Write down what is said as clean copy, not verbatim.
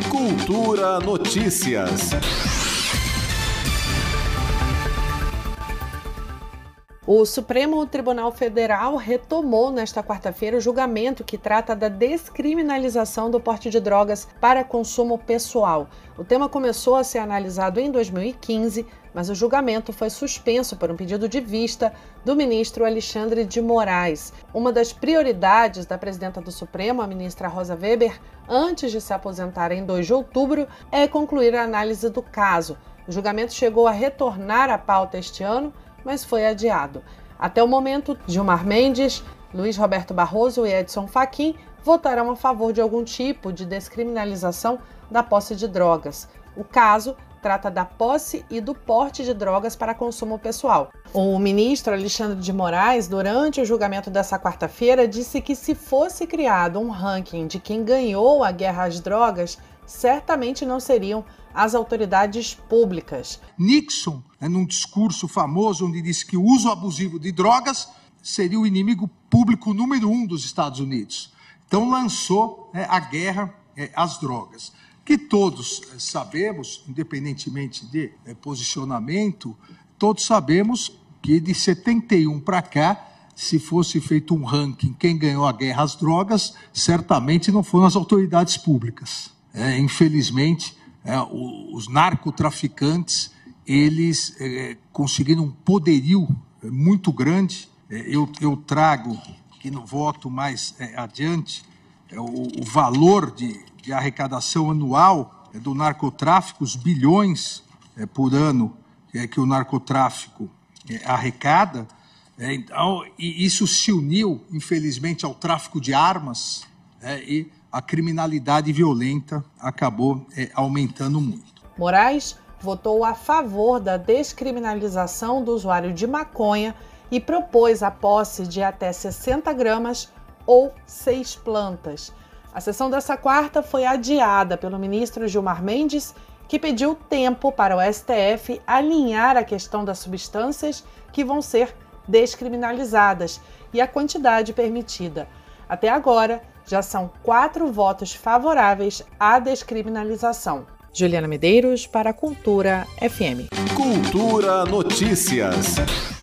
Cultura Notícias. O Supremo Tribunal Federal retomou nesta quarta-feira o julgamento que trata da descriminalização do porte de drogas para consumo pessoal. O tema começou a ser analisado em 2015, mas o julgamento foi suspenso por um pedido de vista do ministro Alexandre de Moraes. Uma das prioridades da presidenta do Supremo, a ministra Rosa Weber, antes de se aposentar em 2 de outubro, é concluir a análise do caso. O julgamento chegou a retornar à pauta este ano, mas foi adiado. Até o momento, Gilmar Mendes, Luiz Roberto Barroso e Edson Fachin votarão a favor de algum tipo de descriminalização da posse de drogas. O caso trata da posse e do porte de drogas para consumo pessoal. O ministro Alexandre de Moraes, durante o julgamento dessa quarta-feira, disse que se fosse criado um ranking de quem ganhou a guerra às drogas, certamente não seriam as autoridades públicas. Nixon, num discurso famoso, onde disse que o uso abusivo de drogas seria o inimigo público número 1 dos Estados Unidos. Então lançou a guerra às drogas, que todos sabemos, independentemente de posicionamento, todos sabemos que de 71 para cá, se fosse feito um ranking, quem ganhou a guerra às drogas, certamente não foram as autoridades públicas. Infelizmente, os narcotraficantes, eles conseguiram um poderio muito grande. Eu trago aqui no voto mais adiante o valor de arrecadação anual do narcotráfico, os bilhões por ano que o narcotráfico arrecada. Então, e isso se uniu, infelizmente, ao tráfico de armas e a criminalidade violenta acabou aumentando muito. Moraes votou a favor da descriminalização do usuário de maconha e propôs a posse de até 60 gramas ou 6 plantas. A sessão dessa quarta foi adiada pelo ministro Gilmar Mendes, que pediu tempo para o STF alinhar a questão das substâncias que vão ser descriminalizadas e a quantidade permitida. Até agora, já são 4 votos favoráveis à descriminalização. Juliana Medeiros para a Cultura FM. Cultura Notícias.